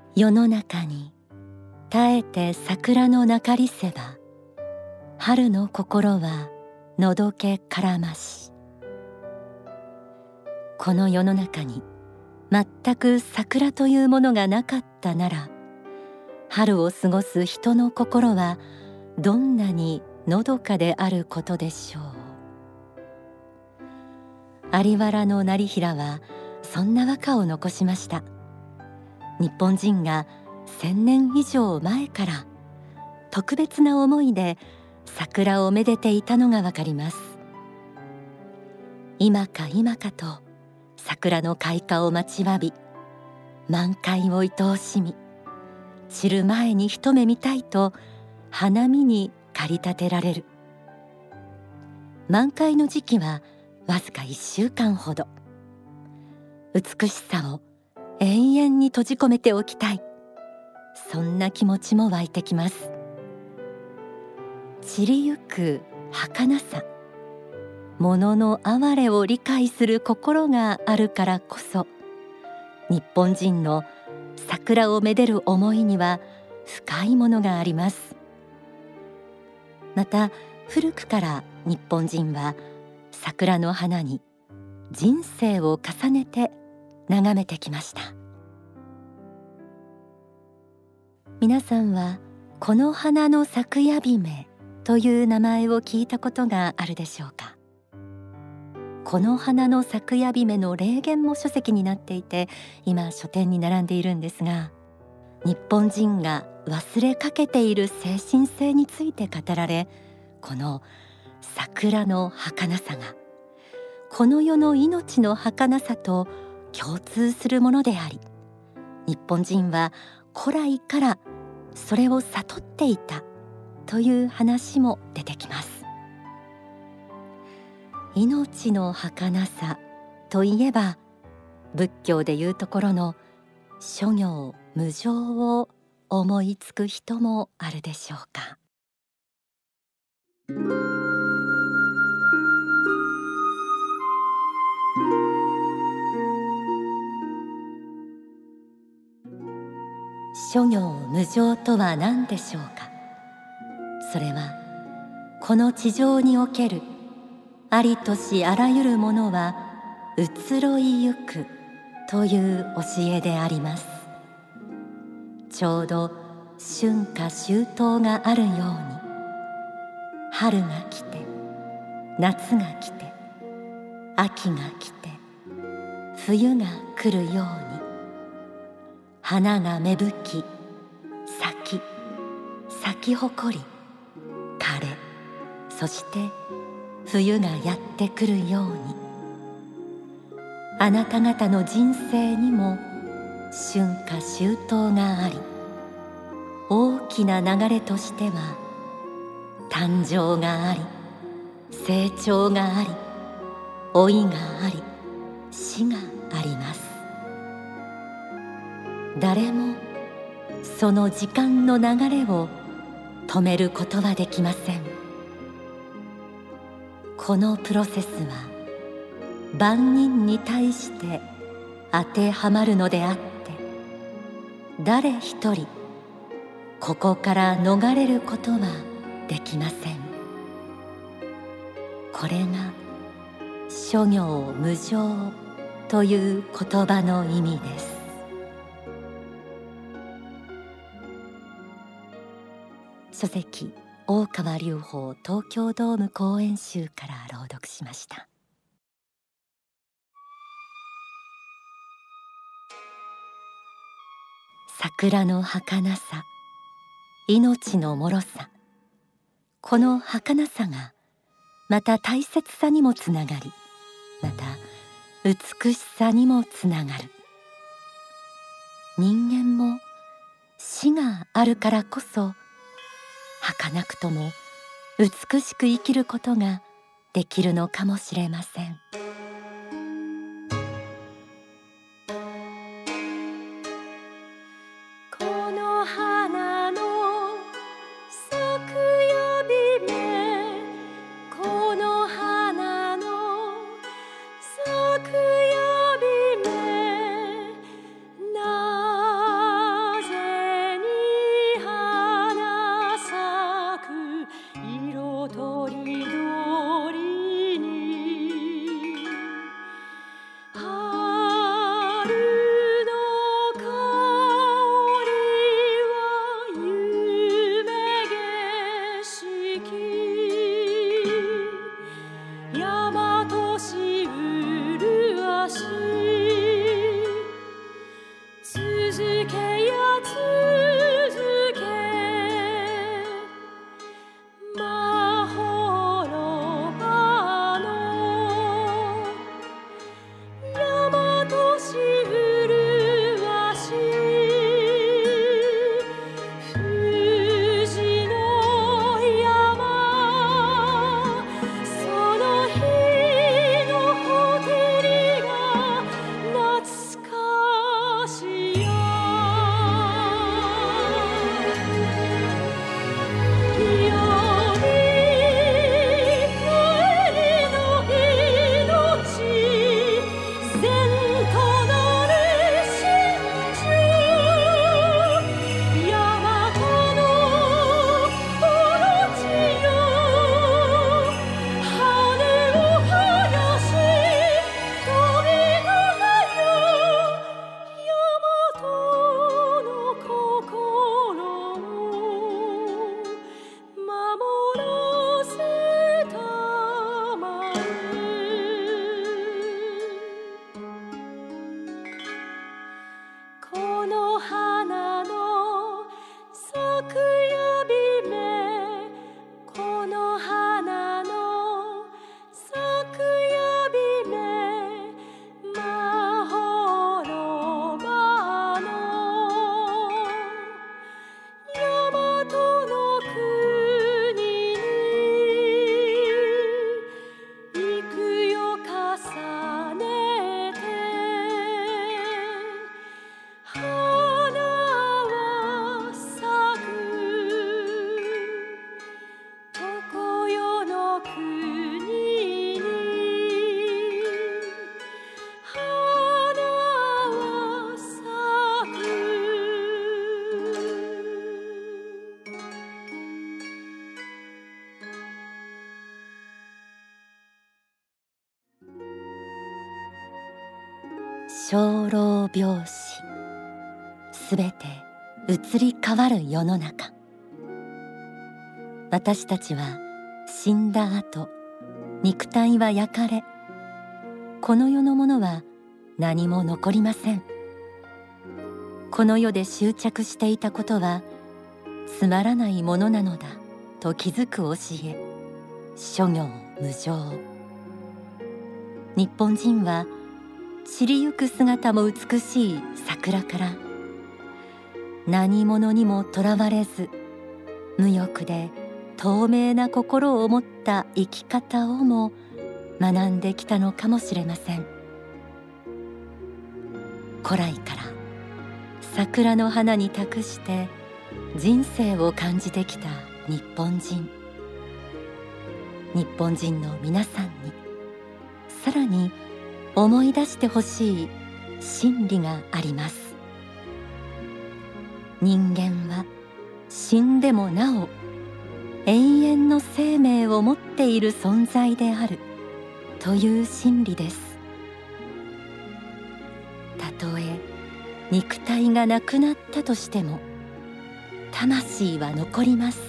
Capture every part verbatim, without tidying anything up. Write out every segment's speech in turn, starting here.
世の中に絶えて桜のなかりせば、春の心はのどけからまし。この世の中に全く桜というものがなかったなら、春を過ごす人の心はどんなにのどかであることでしょう。有原の業平はそんな和歌を残しました。日本人が千年以上前から特別な思いで桜をめでていたのがわかります。今か今かと桜の開花を待ちわび、満開を愛おしみ、散る前に一目見たいと花見に駆り立てられる。満開の時期はわずかいっしゅうかんほど。美しさを永遠に閉じ込めておきたい、そんな気持ちも湧いてきます。散りゆく儚さ、物の哀れを理解する心があるからこそ、日本人の桜をめでる思いには深いものがあります。また古くから日本人は桜の花に人生を重ねて眺めてきました。皆さんはこの花の咲くやびめという名前を聞いたことがあるでしょうか。この花の咲くやびめの霊言も書籍になっていて、今書店に並んでいるんですが、日本人が忘れかけている精神性について語られ、この桜の儚さがこの世の命の儚さと共通するものであり、日本人は古来からそれを悟っていたという話も出てきます。命の儚さといえば、仏教でいうところの諸行無常を思いつく人もあるでしょうか。諸行無常とは何でしょうか。それはこの地上におけるありとしあらゆるものは移ろいゆくという教えであります。ちょうど春夏秋冬があるように、春が来て夏が来て秋が来て冬が来るように、花が芽吹き咲き咲き誇り枯れ、そして冬がやってくるように、あなた方の人生にも春夏秋冬があり、大きな流れとしては誕生があり成長があり老いがあり死があります。誰もその時間の流れを止めることはできません。このプロセスは万人に対して当てはまるのであって、誰一人ここから逃れることはできません。これが諸行無常という言葉の意味です。書籍大川隆法東京ドーム講演集から朗読しました。桜の儚さ、命の脆さ、この儚さがまた大切さにもつながり、また美しさにもつながる。人間も死があるからこそ、儚くとも美しく生きることができるのかもしれません。 この花の咲くやびめ、この花の咲くやびめ、なぜ生老病死、すべて移り変わる世の中。私たちは死んだ後、肉体は焼かれ、この世のものは何も残りません。この世で執着していたことはつまらないものなのだと気づく教え、諸行無常。日本人は散りゆく姿も美しい桜から、何者にもとらわれず無欲で透明な心を持った生き方をも学んできたのかもしれません。古来から桜の花に託して人生を感じてきた日本人。日本人の皆さんにさらに思い出してほしい真理があります。人間は死んでもなお永遠の生命を持っている存在であるという真理です。たとえ肉体がなくなったとしても魂は残ります。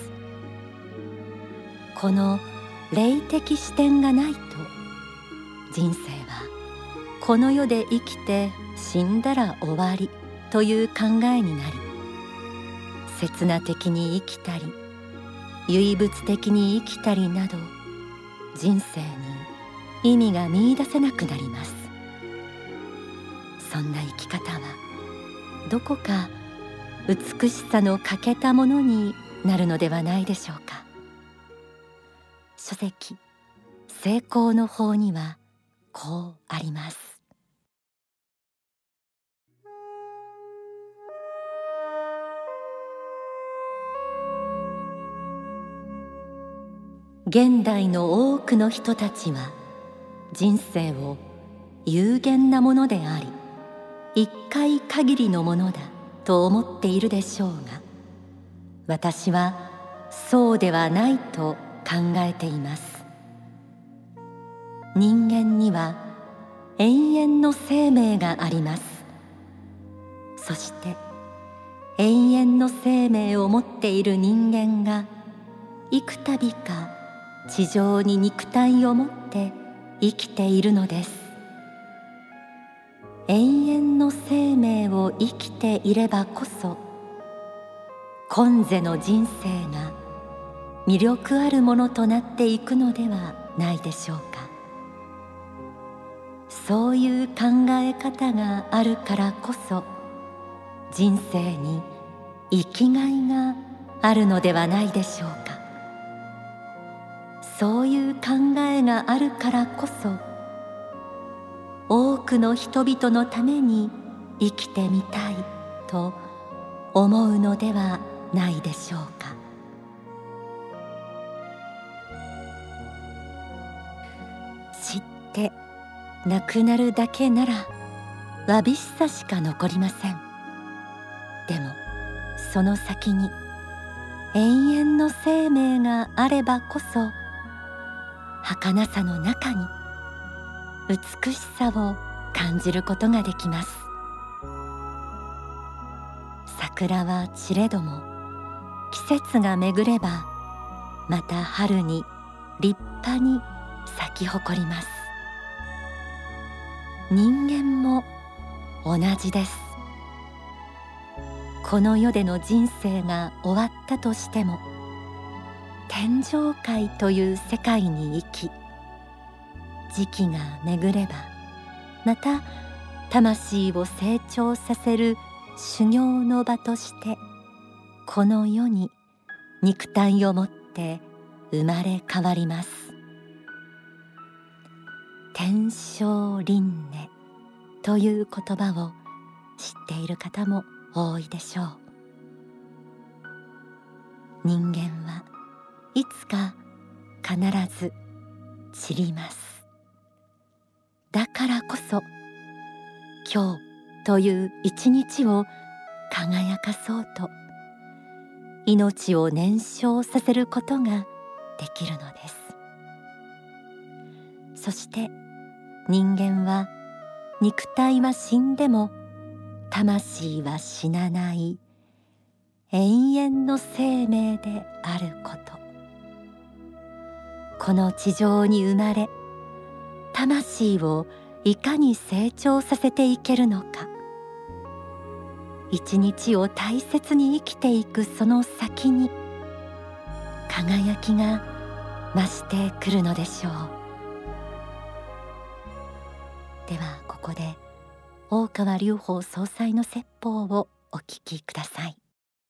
この霊的視点がないと、人生はこの世で生きて死んだら終わりという考えになり、刹那的に生きたり唯物的に生きたりなど、人生に意味が見出せなくなります。そんな生き方はどこか美しさの欠けたものになるのではないでしょうか。書籍成功の法にはこうあります。現代の多くの人たちは人生を有限なものであり、一回限りのものだと思っているでしょうが、私はそうではないと考えています。人間には永遠の生命があります。そして永遠の生命を持っている人間が幾度か地上に肉体を持って生きているのです。永遠の生命を生きていればこそ、今世の人生が魅力あるものとなっていくのではないでしょうか。そういう考え方があるからこそ、人生に生きがいがあるのではないでしょうか。そういう考えがあるからこそ、多くの人々のために生きてみたいと思うのではないでしょうか。知って亡くなるだけならわびしさしか残りません。でもその先に永遠の生命があればこそ、儚さの中に美しさを感じることができます。桜は散れども、季節が巡ればまた春に立派に咲き誇ります。人間も同じです。この世での人生が終わったとしても、天上界という世界に生き、時期が巡ればまた魂を成長させる修行の場として、この世に肉体を持って生まれ変わります。天正輪廻という言葉を知っている方も多いでしょう。人間はいつか必ず散ります。だからこそ今日という一日を輝かそうと、命を燃焼させることができるのです。そして人間は肉体は死んでも魂は死なない永遠の生命であること。この地上に生まれ、魂をいかに成長させていけるのか、一日を大切に生きていくその先に輝きが増してくるのでしょう。ではここで大川隆法総裁の説法をお聞きください。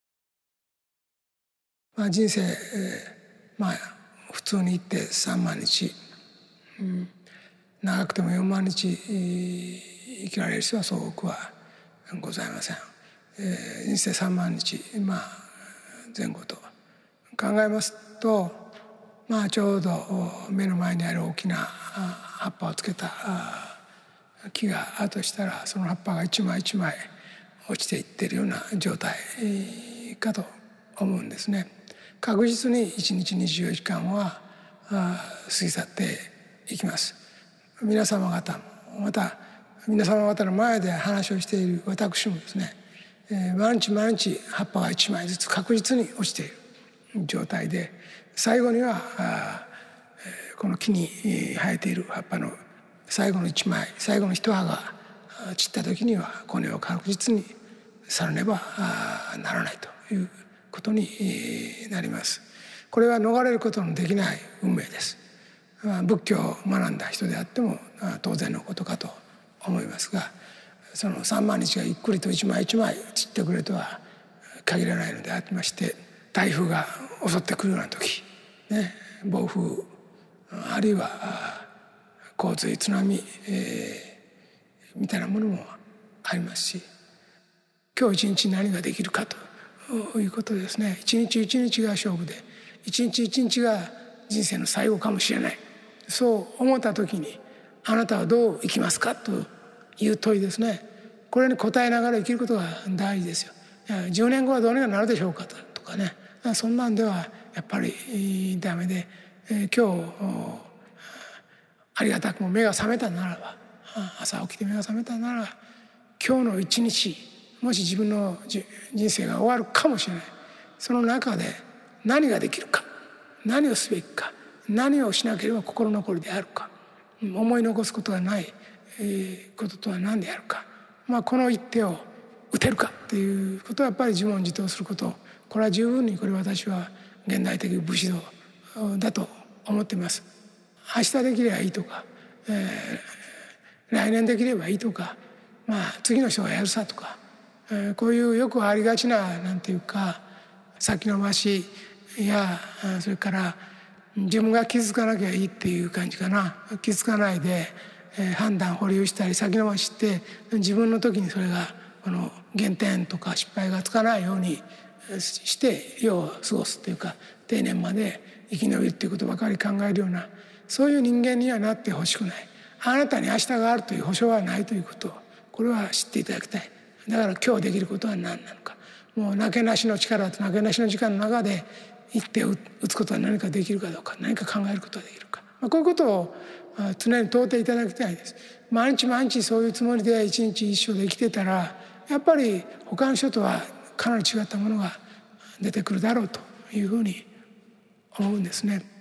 まあ、人生、えー、まあ普通に言ってさんまんにち、うん、長くてもよんまんにち、えー、生きられる人はそう多くはございません。えー、人生さんまんにち、まあ、前後と考えますと、まあ、ちょうど目の前にある大きな葉っぱをつけた木があるとしたら、その葉っぱが一枚一枚落ちていっているような状態かと思うんですね。確実にいちにちにじゅうよじかんは過ぎ去っていきます。皆様方もまた皆様方の前で話をしている私もですね、えー、毎日毎日葉っぱがいちまいずつ確実に落ちている状態で、最後にはあ、えー、この木に生えている葉っぱの最後のいちまい、最後の一葉が散った時にはこの世を確実に去らねばならないということになります。これは逃れることのできない運命です。仏教を学んだ人であっても当然のことかと思いますが、そのさんまんにちがゆっくりと一枚一枚散ってくれとは限らないのでありまして、台風が襲ってくるような時、ね、暴風あるいは洪水津波、えー、みたいなものもありますし、今日一日何ができるかということですね。一日一日が勝負で、一日一日が人生の最後かもしれない、そう思った時にあなたはどう生きますかという問いですね。これに答えながら生きることが大事ですよ。じゅうねんごはどうにかなるでしょうかとかね、そんなんではやっぱりダメで、えー、今日ありがたくも目が覚めたならば、朝起きて目が覚めたならば、今日の一日、もし自分の人生が終わるかもしれない、その中で何ができるか、何をすべきか、何をしなければ心残りであるか、思い残すことがない、えー、こととは何であるか、まあ、この一手を打てるかということはやっぱり自問自答すること、これは十分にこれ私は現代的武士道だと思っています。明日できればいいとか、えー、来年できればいいとか、まあ、次の人がやるさとか、えー、こういうよくありがちななんていうか先延ばしや、それから自分が気づかなきゃいいっていう感じかな。気づかないで、えー、判断保留したり先延ばしして自分の時にそれがこの減点とか失敗がつかないようにして世を過ごすっていうか、定年まで生き延びるっていうことばかり考えるような、そういう人間にはなってほしくない。あなたに明日があるという保証はないということを、これは知っていただきたい。だから今日できることは何なのか、もうなけなしの力となけなしの時間の中で一手を打つことは何かできるかどうか、何か考えることができるか、まあ、こういうことを常に問うていただきたいです。毎日毎日そういうつもりで一日一生で生きてたら、やっぱり他の人とはかなり違ったものが出てくるだろうというふうに思うんですね。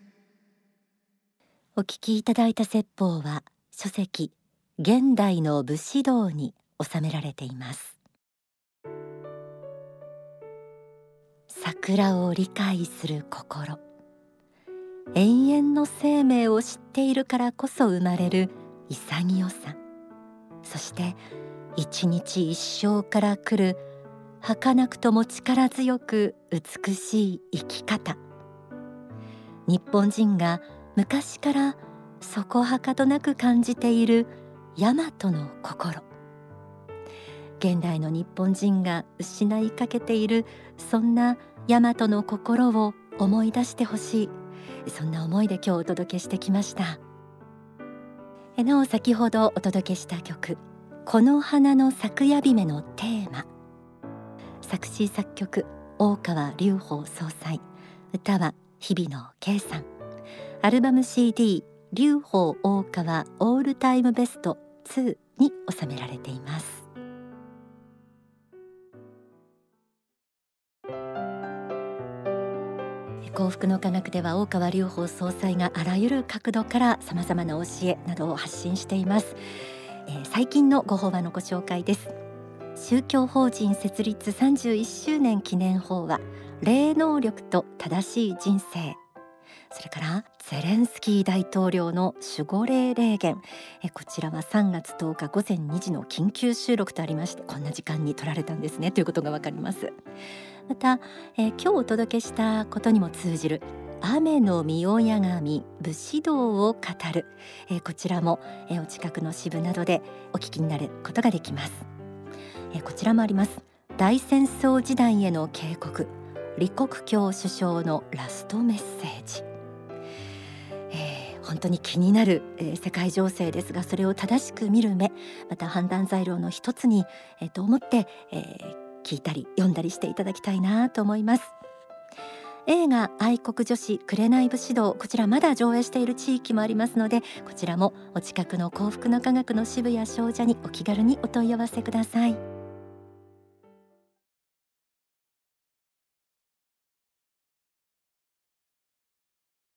お聞きいただいた説法は書籍現代の武士道に収められています。桜を理解する心、永遠の生命を知っているからこそ生まれる潔さ、そして一日一生から来る儚くとも力強く美しい生き方。日本人が昔からそこはかとなく感じている大和の心、現代の日本人が失いかけているそんな大和の心を思い出してほしい、そんな思いで今日お届けしてきました。なお先ほどお届けした曲、この花の咲くやびめのテーマ、作詞作曲大川隆法総裁、歌は日比野圭さん、アルバム シーディー 隆法大川オールタイムベストにに収められています。幸福の科学では大川隆法総裁があらゆる角度からさまざまな教えなどを発信しています。えー、最近のご法話のご紹介です。宗教法人設立さんじゅういっしゅうねん記念法話、霊能力と正しい人生。それからゼレンスキー大統領の守護霊霊言、えこちらはさんがつとおかごぜんにじの緊急収録とありまして、こんな時間に撮られたんですねということがわかります。また、え今日お届けしたことにも通じる雨の御親神武士道を語る、えこちらもえお近くの支部などでお聞きになることができます。えこちらもあります。大戦争時代への警告、李克強首相のラストメッセージ。本当に気になる、えー、世界情勢ですが、それを正しく見る目、また判断材料の一つに、えー、と思って、えー、聞いたり読んだりしていただきたいなと思います。映画愛国女子紅武士道、こちらまだ上映している地域もありますので、こちらもお近くの幸福の科学の支部や商社にお気軽にお問い合わせください。